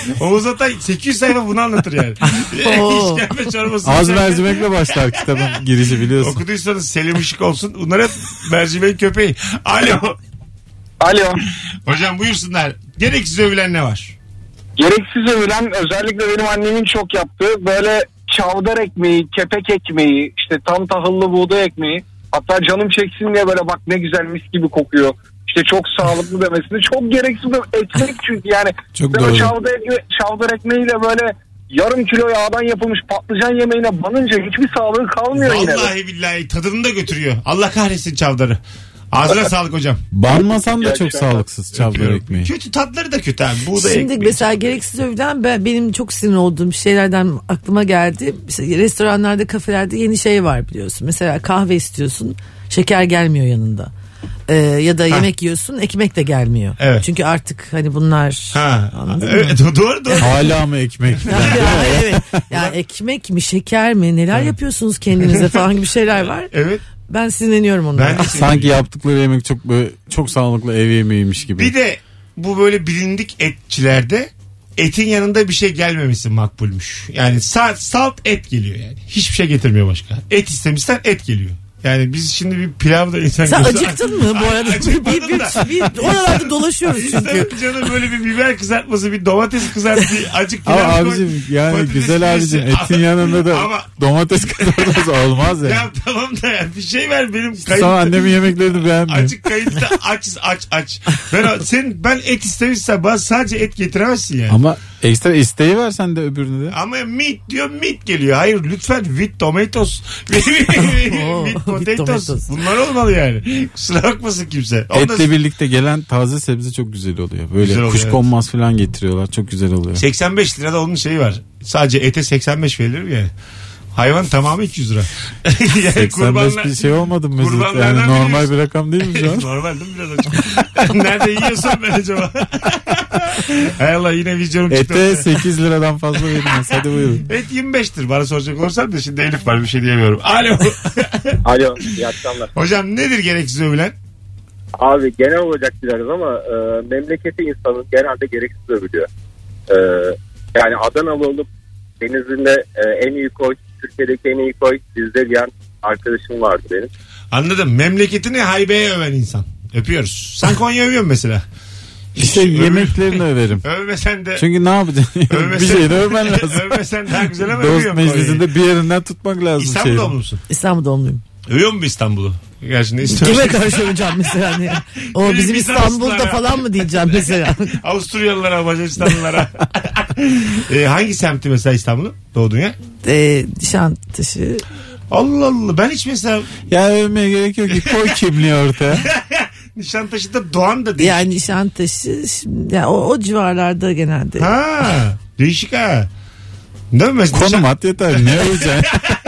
Oğuz Atay 800 sayfa bunu anlatır yani. Oo. İşkembe çorbası. Az mercimekle başlar kitabın girişi biliyorsun. Okuduysanız Selim Işık olsun. Bunlar hep mercimek köpeği. Alo. Alo. Hocam buyursunlar. Gereksiz övülen ne var? Gereksiz övülen özellikle benim annemin çok yaptığı böyle çavdar ekmeği, kepek ekmeği, işte tam tahıllı buğday ekmeği. Hatta canım çeksin diye böyle bak ne güzel mis gibi kokuyor. İşte çok sağlıklı demesini. Çok gereksiz bir ekmek çünkü yani. Çok ben doğru. o çavdar ekmeğiyle böyle yarım kilo yağdan yapılmış patlıcan yemeğine banınca hiçbir sağlığı kalmıyor yine. Vallahi billahi tadını da götürüyor. Allah kahretsin çavdarı. Ağzına sağlık hocam. Banmasan da çok sağlıksız çavdar ekmeği. Kötü tatları da kötü abi. Buğday Şimdi ekmeği. mesela gereksiz övülen benim çok sinir olduğum şeylerden aklıma geldi. Mesela restoranlarda, kafelerde yeni şey var biliyorsun. Mesela kahve istiyorsun, şeker gelmiyor yanında. Ya da yemek yiyorsun, ekmek de gelmiyor. Evet. Çünkü artık hani bunlar anladın Evet, mı? doğru. Hala mı ekmek? Evet. Ya ekmek mi, şeker mi, neler yapıyorsunuz kendinize falan gibi şeyler var. Evet. Ben sinirleniyorum onlara. Ben de Sanki yaptıkları yemek çok böyle çok sağlıklı ev yemeğiymiş gibi. Bir de bu böyle bilindik etçilerde etin yanında bir şey gelmemesi makbulmuş. Yani salt et geliyor yani. Hiçbir şey getirmiyor başka. Et istemişsen et geliyor. Yani biz şimdi bir pilav da insan... Sen acıktın mı bu arada? Acıkmadım da. Bir oralarda dolaşıyoruz çünkü. İnsanın canı böyle bir biber kızartması, bir domates kızartması, bir acık pilav Ama koy, abicim yani patates güzel abicim püresi. etin yanında da Ama- domates kızartması olmaz yani. Ya tamam da ya bir şey ver benim kayıtta. Sonra annemin yemeklerini beğenmiyor. Açık kayıtta aç. Ben et istemişsem bana sadece et getiremezsin yani. Ama ekstra isteği ver sen de öbürünü de. Ama meat diyor, meat geliyor. Hayır lütfen with tomatoes. With potatoes. Bunlar olmalı yani. Kusura bakmasın kimse. Etle birlikte gelen taze sebze çok güzel oluyor. Böyle Güzel oluyor, kuşkonmaz falan getiriyorlar. Çok güzel oluyor. 85 lirada onun şeyi var. Sadece ete 85 verilir mi yani? Hayvan tamamı 200 lira. Yani 85 bir şey olmadı mı Mesut? kurbanlardan Yani normal biliyorsun. bir rakam değil mi şu an? Normal değil mi biraz hocam? Nerede yiyorsan ben acaba? Hay Allah yine vizyonum çıktı. Ete 8 liradan fazla verilmez. Hadi buyurun. Et 25'tir bana soracak olursan da şimdi Elif var bir şey diyemiyorum. Alo. Alo, iyi akşamlar. Hocam nedir gereksiz övülen? Abi genel olacak biraz ama memleketi insanın genelde gereksiz övülüyor. Yani Adanalı olup Denizli'nde en iyi koy, Türkiye'deki en iyi koy bizde diyen arkadaşım vardı benim. Anladım. Memleketini haybeye öven insan. Öpüyoruz. Sen Konya övüyorsun mesela. İşte yemeklerini överim. Övmesen de. Çünkü ne yapacaksın? Bir şeyini övmen lazım. Övmesen daha güzel ama Dost övüyorum Konya'yı. meclisinde bir yerinden tutmak lazım. İstanbul şeyi. doğumlusun. İstanbul doğumluyum. Övüyor mu İstanbul'u? Gerçi ne Kime istiyorsun? karşı öveceğim mesela? Hani? O Böyle bizim Bizanslılara. İstanbul'da falan mı diyeceğim mesela? Avusturyalılara, Macaristanlılara. Hangi semti mesela İstanbul'un doğduğun yer? Nişantaşı. Allah Allah ben hiç mesela Ya övmeye gerek yok ki koy kimliği ortaya. Nişantaşı'da doğan da değil. Yani Nişantaşı şimdi, yani o civarlarda genelde. Ha, değişik ha. Değil mi? Mesela Konum at yeter. Ne öveceksin?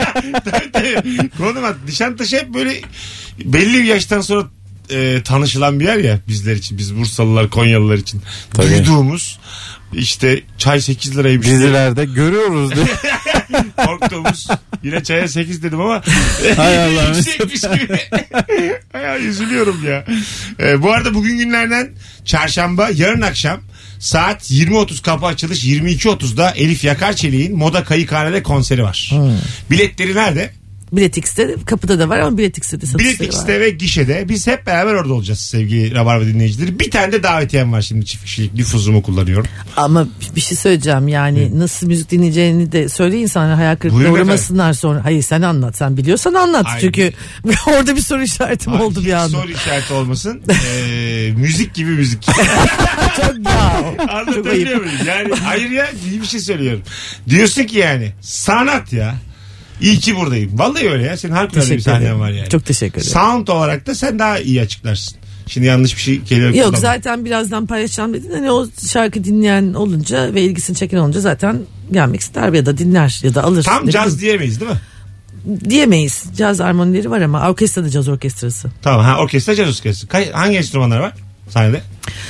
Konum at. Nişantaşı hep böyle belli bir yaştan sonra tanışılan bir yer ya bizler için. Biz Bursalılar, Konyalılar için. Tabii. Duyduğumuz işte çay 8 liraymış. Dizilerde görüyoruz diye. Korktuğumuz. Yine çaya 8 dedim ama Hay Allah. yüksekmiş gibi. Ay, üzülüyorum ya. Bu arada bugün günlerden çarşamba, yarın akşam saat 20.30 kapı açılış, 22.30'da Elif Yakarçelik'in Moda Kayıkhane'de konseri var. Biletleri nerede? Bilet X'te kapıda da var ama Bilet X'te de satışları Bilet var. X'te ve gişede. Biz hep beraber orada olacağız sevgili Rabarba dinleyicileri. Bir tane de davetiyem var şimdi, çift kişilik nüfuzumu kullanıyorum. Ama bir şey söyleyeceğim yani nasıl müzik dinleyeceğini de söyle, insanlara hayal kırıklığına Buyurun uğramasınlar sonra. Hayır sen anlat, sen biliyorsan anlat. Ay, çünkü orada bir soru işaretim Ay, oldu bir anda. Soru işareti olmasın. Müzik gibi müzik. Çok ya. Anlatabiliyor muyum? Yani hayır ya, iyi bir şey söylüyorum. Diyorsun ki yani sanat ya. İyi ki buradayım. Vallahi öyle ya. Senin harikulade bir Teşekkür sahnen ederim. var yani. Çok teşekkür ederim. Sound olarak da sen daha iyi açıklarsın. Şimdi yanlış bir şey kelime Yok kullanma. zaten birazdan paylaşacağım dedin. Hani o şarkı dinleyen olunca ve ilgisini çeken olunca zaten gelmek ister ya da dinler ya da alır. Tam Ne caz bileyim. diyemeyiz değil mi? Diyemeyiz. Caz armonileri var ama orkestrada caz orkestrası. Tamam. Ha, orkestra, caz orkestrası. Hangi enstrümanlar var sahnede?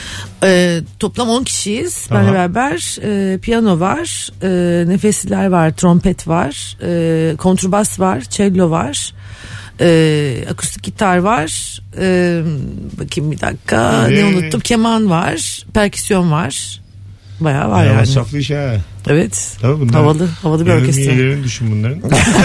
Toplam 10 kişiyiz. Tamam. Benle beraber piyano var, nefesliler var, trompet var, kontrbas var, cello var, akustik gitar var. Bakayım bir dakika, Evet. ne unuttum? Keman var, perküsyon var. bayağı var yani. Masraflı iş ha. Evet. Tabii bunlar. Havalı bir orkestra. Üyelerini düşün bunların.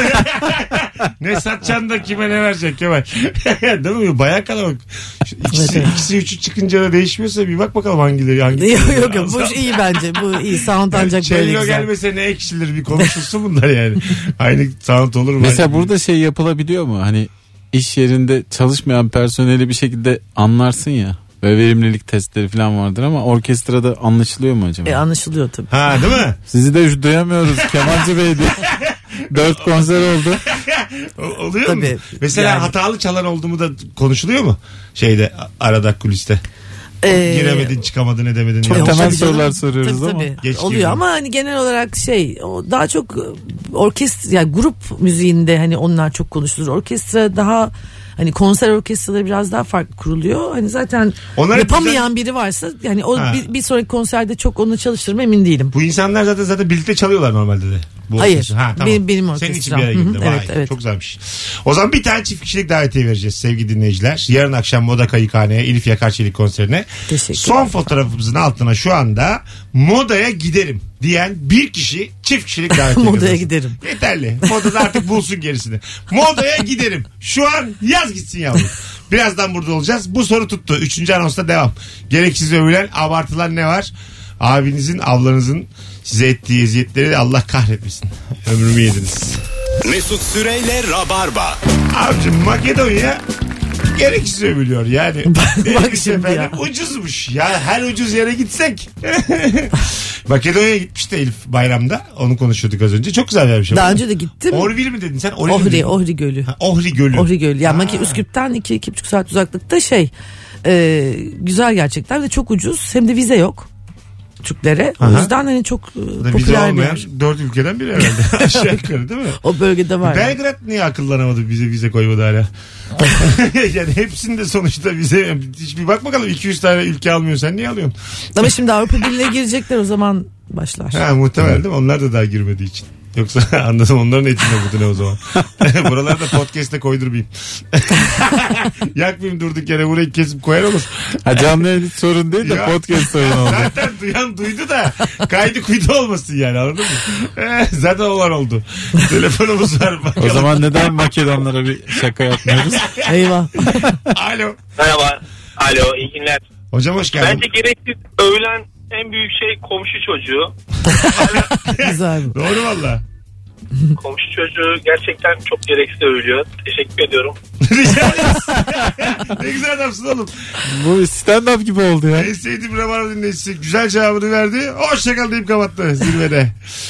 Ne satacaksın da kime ne verecek Kemal. Değil mi? Bayağı kalabalık. İkisi üçü çıkınca da değişmiyorsa bir bak bakalım hangileri. Yok bu iyi bence. Bu iyi. Sound ancak böyle Cello güzel. gelmese ne ekşilir bir konuşulsun bunlar yani. Aynı sound olur mu? Mesela burada şey yapılabiliyor mu? Hani iş yerinde çalışmayan personeli bir şekilde anlarsın ya. Böyle verimlilik testleri falan vardır ama orkestrada anlaşılıyor mu acaba? Anlaşılıyor tabii. Ha değil mi? Sizi de duyamıyoruz Kemancı Bey diye. 4 konser oldu. Oluyor Tabii. mu? Mesela Yani. hatalı çalan oldu mu da konuşuluyor mu? Şeyde arada kuliste. Giremedin çıkamadın edemedin. Çok diye. temel Tabii canım. sorular soruyoruz Tabii, ama. tabii. Geç Oluyor girdim. ama hani genel olarak o daha çok orkestra yani grup müziğinde hani onlar çok konuşulur. Orkestra daha hani konser orkestraları biraz daha farklı kuruluyor. Hani zaten Onlar yapamayan biri varsa yani o Ha. bir sonraki konserde çok onu çalıştırma emin değilim. Bu insanlar zaten birlikte çalıyorlar normalde de. Bu Hayır. orkestra. Ha, tamam. Benim Senin için orkestram. bir yere Hı hı, girdi. Vay, evet. çok güzelmiş. O zaman bir tane çift kişilik davetiye vereceğiz sevgili dinleyiciler. Yarın akşam Moda Kayıkhane'ye Elif Yakarçelik konserine. Teşekkür Son ederim. fotoğrafımızın altına şu anda modaya giderim diyen bir kişi çift kişilik davetiye Modaya kazansın. giderim. Yeterli. Modada artık bulsun gerisini. Modaya giderim. Şu an yaz gitsin yavrum. Birazdan burada olacağız. Bu soru tuttu. 3. anonsta devam. Gereksiz övülen, abartılan ne var? Abinizin, ablanızın size ettiği eziyetleri Allah kahretmesin. Ömrümü yediniz. Mesut Süreyle Rabarba. Abicim Makedonya gereksiz övülüyor yani. Bak Biz şimdi efendim ya. ucuzmuş. Ya her ucuz yere gitsek. Makedonya'ya gitmişti Elif bayramda. Onu konuşuyorduk az önce. Çok güzel bir şey. Daha önce de gittim. Orville mi dedin sen? Orville mi dedin? Ohri Gölü. Ha, Ohri Gölü. Ohri Gölü. Yani Üsküp'ten 2-2,5 saat uzaklıkta güzel gerçekten ve çok ucuz. Hem de vize yok Türklere. O Aha. yüzden hani çok Vize popüler bir olmayan yer. 4 ülkeden biri herhalde. Aşağı yukarı değil mi? O bölgede var. Belgrad niye akıllanamadı bize vize koymadı hala? Yani hepsinde sonuçta vize. Hiçbir bak bakalım 200 tane ülke almıyor. Sen niye alıyorsun? Ama şimdi Avrupa Birliği'ne girecekler o zaman başlar. Ha, muhtemelen değil mi? Onlar da daha girmediği için. Yoksa anladım onların etinde bu ne o zaman. Buralarda podcast'e koydurmayayım. Yakmayayım durduk yere burayı kesip koyar olur. Ha, canlı yayın hiç sorun değil de Ya. podcast sorun oldu. Zaten duyan duydu da kaydı kuydu olmasın yani anladın mı? Zaten olan oldu. Telefonumuz var. Bakalım. O zaman neden Makedonlara bir şaka yapmıyoruz? Eyvah. Alo. Merhaba. Alo, iyi günler. Hocam hoş geldin. Bence gereksiz övülen en büyük şey komşu çocuğu. Güzel bu. Doğru valla. Komşu çocuğu gerçekten çok gereksiz övülüyor. Teşekkür ediyorum. Rica ederiz. Ne güzel adamsın oğlum. Bu stand-up gibi oldu ya. En sevdiğim Rabarba dinleyicisi. Güzel cevabını verdi. Hoşçakal deyip kapattı zirvede.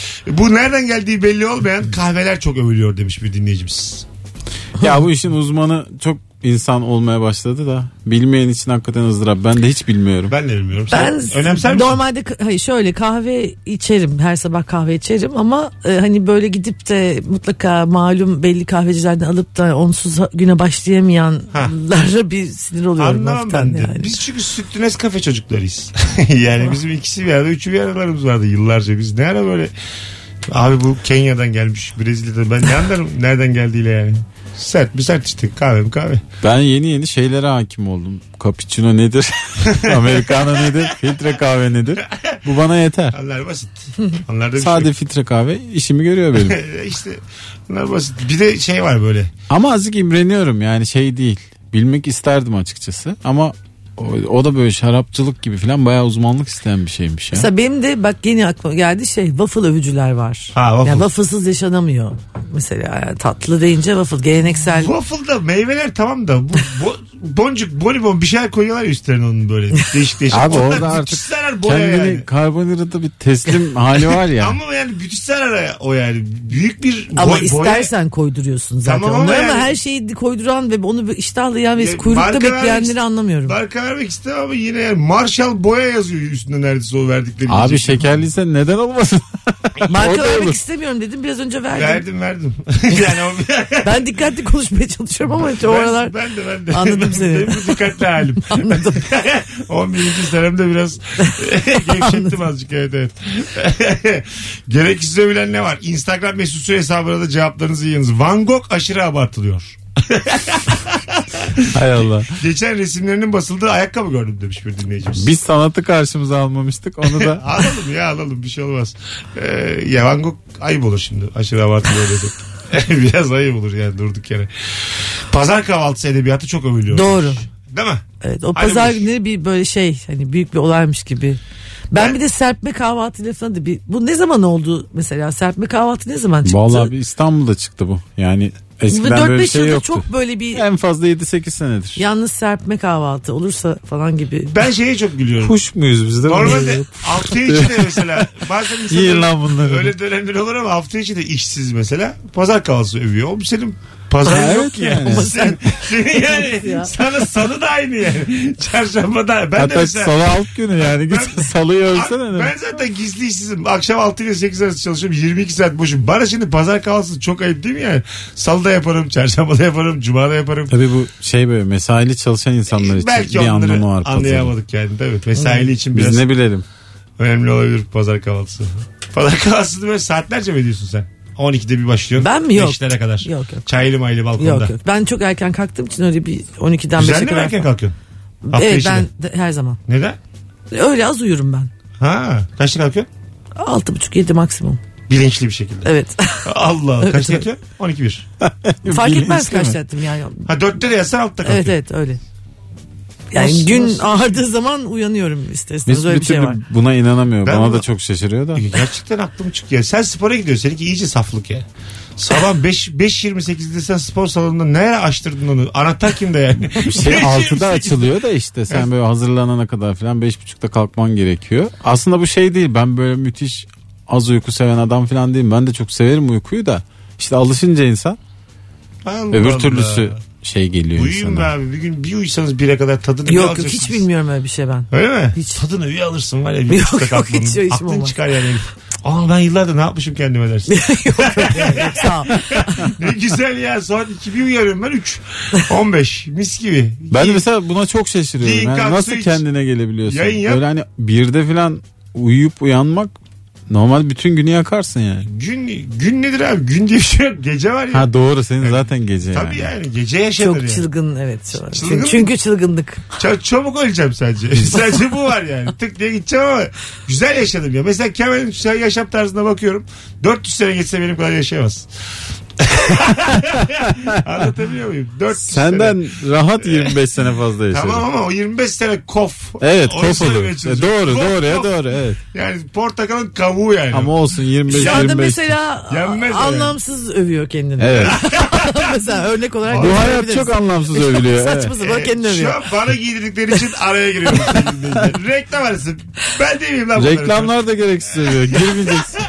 Bu nereden geldiği belli olmayan kahveler çok övülüyor demiş bir dinleyicimiz. Ya bu işin uzmanı çok insan olmaya başladı da bilmeyen için hakikaten ızdırap. Ben de hiç bilmiyorum. Ben de bilmiyorum. Sen Ben önemser misin? normalde hayır şöyle kahve içerim. Her sabah kahve içerim ama hani böyle gidip de mutlaka malum belli kahvecilerden alıp da onsuz güne başlayamayanlara bir sinir oluyorum. Anlamam hafiften ben de. yani. Biz çünkü sütlü Nescafe çocuklarıyız. Yani bizim ikisi bir arada, üçü bir aralarımız vardı yıllarca. Biz ne ara böyle abi bu Kenya'dan gelmiş, Brezilya'dan ben ne anlarım nereden geldiğiyle yani. Sert bir sert işte kahve mi kahve. Ben yeni şeylere hakim oldum. Cappuccino nedir? Americano nedir? Filtre kahve nedir? Bu bana yeter. Onlar basit. Onlarda bir Sade şey filtre kahve işimi görüyor benim. yok. İşte bunlar basit. Bir de şey var böyle. Ama azıcık imreniyorum yani şey değil. Bilmek isterdim açıkçası ama o da böyle şarapçılık gibi falan bayağı uzmanlık isteyen bir şeymiş ya. Mesela benim de bak yeni aklıma geldi waffle övücüler var. Ha, waffle. Yani waffle'sız yaşanamıyor. Mesela yani tatlı deyince waffle geleneksel. Waffle'da meyveler tamam da bu boncuk bonibon bir şeyler koyuyorlar ya üstlerine onun böyle değişik değişik. Abi Onlar orada artık müthiş zarar boya kendini yani. karbonhidrata bir teslim hali var ya. Ama yani müthiş zarar o yani. Büyük bir Ama boya. istersen koyduruyorsun zaten. Tamam ama Onları ama yani- her şeyi koyduran ve onu iştahlayan ve Ya, kuyrukta marka bekleyenleri vermek- anlamıyorum. Marka vermek istemem ama yine yani Marshall boya yazıyor üstünde neredeyse o verdikleri. Abi yiyecek. şekerliyse neden olmasın? Marka O da vermek olur. istemiyorum dedim biraz önce verdim. Verdim. Yani o Ben dikkatli konuşmaya çalışıyorum ama işte o aralar ben de. Anladım seni. Benim bu dikkatli halim. anladım. 11. senemde biraz gevşettim azıcık evet. Gereksiz övülen ne var? Instagram mesut süre hesabına da cevaplarınızı yığınız. Van Gogh aşırı abartılıyor. Hay Allah. Geçen resimlerinin basıldığı ayakkabı gördüm demiş bir dinleyicimiz. Biz sanatı karşımıza almamıştık. Onu da alalım bir şey olmaz. Ya Van Gogh ayıp olur şimdi. Aşırı abartılı öyle dedik. Biraz ayıp olur yani durduk yere. Pazar kahvaltısı edebiyatı çok övülüyor. Doğru. Değil mi? Evet, o pazar günleri bir böyle hani büyük bir olaymış gibi. Ben bir de serpme kahvaltı lafına da bu ne zaman oldu mesela? Serpme kahvaltı ne zaman çıktı? Vallahi bir İstanbul'da çıktı bu. Yani eskiden 4-5 böyle bir şey yoktu. Çok böyle bir en fazla 7-8 senedir. Yalnız serpme kahvaltı olursa falan gibi. Ben şeye çok gülüyorum. Kuş muyuz biz de? Normalde hafta içi de mesela bazen Yiyin lan bunları. öyle dönemler olur ama hafta içi de işsiz mesela pazar kahvaltısı övüyor. O senin pazar yok ki yani. Senin yani sana da aynı yani. Çarşamba da. Ben hatta de mesela, salı alt günü yani. Salıyı ölsene. Ben zaten gizli işsizim. Akşam 6 ile 8 arası çalışıyorum. 22 saat boşum. Bana şimdi pazar kahvaltısı çok ayıp değil mi yani? Salıda yaparım, çarşambada yaparım, cumada yaparım. Tabii bu böyle mesaili çalışan insanlar için belki bir anlamı var. Anlayamadık yani. Tabii mesaili için biraz. Biz ne bilelim. Önemli olabilir pazar kahvaltısı. Pazar kahvaltısını böyle saatlerce mi ediyorsun sen? 12'de bir başlıyorsun. Ben mi? Yok. 5'lere kadar. Yok. Çaylı maylı balkonda. Yok. Ben çok erken kalktığım için öyle bir 12'den 5'e Güzel kadar. mi erken kalkıyorsun? Hafta Evet, içinde. ben her zaman. Neden? Öyle az uyurum ben. Ha, kaçta kalkıyorsun? 6.30-7 maksimum. Bilinçli bir şekilde. Evet. Allah. Evet, Kaçta evet. kalkıyorsun? 12-1. Fark etmez kaçta yattım yani. Ha 4'te de yatsan 6'da kalkıyorsun. Evet öyle. Yani gün ağardığı zaman uyanıyorum isterseniz. Biz Öyle bir bir şey türlü var. buna inanamıyor. Ben Bana buna- da çok şaşırıyor da. Gerçekten aklım çıkıyor. Sen spora gidiyorsun. Seninki iyice saflık ya. Sabah 5.28'de sen spor salonunda nereye açtırdın onu? Anahtar kimde yani? 6'da açılıyor da işte sen böyle hazırlanana kadar falan 5.30'da kalkman gerekiyor. Aslında bu şey değil, ben böyle müthiş az uyku seven adam falan değilim. Ben de çok severim uykuyu da. İşte alışınca insan Allah öbür Allah. türlüsü şey geliyor Uyuyun insana. be abi. Bir gün bir uyusanız 1'e kadar tadını bir Yok alacaksınız. hiç bilmiyorum öyle bir şey ben. Öyle mi? Hiç. Tadını bir alırsın var ya. Yok, yok, hiç o işim Aklın olmaz. çıkar yani. Aa ben yıllardır ne yapmışım kendime dersin. Yok sağ ol. Ne güzel ya. Saat 2 bir uyarıyorum ben 3. 15. Mis gibi. Ben de mesela buna çok şaşırıyorum. Giyin, Yani kalk, nasıl su iç. kendine gelebiliyorsun? Yayın yap. Böyle hani 1'de falan uyuyup uyanmak normal bütün günü yakarsın yani. Gün nedir abi? Gün diye bir şey yok. Gece var ya. Ha doğru, senin zaten gece Tabii yani. yani. Gece yaşanır Çok yani. çılgın evet. Çılgın Çünkü çılgınlık. Çabuk öleceğim sadece. Sadece bu var yani. Tık diye gideceğim ama güzel yaşadım ya. Mesela Kemal'in yaşam tarzına bakıyorum. 400 sene geçse benim kadar yaşayamaz. Anlatabiliyor muyum? 400 Senden sene. rahat 25 sene fazla yaşarım. Tamam ama o 25 sene kof. Evet, Onu kof olur. söylemeye çalışıyorum. Doğru, Kof, doğruya kof. doğru, evet. Yani portakalın kavuğu yani. Ama olsun 25 Şu anda 25. mesela Yenmez anlamsız övüyor kendini. Evet. Mesela örnek olarak Bu hayat gösterebiliriz. çok anlamsız övülüyor. Evet. Saçma sapan kendini Şu övüyor. an bana giydirdikleri için araya giriyorum. Reklam arası. Ben değil miyim lan bunları? Reklamlar da gereksiz övüyor. Girmeyeceksin.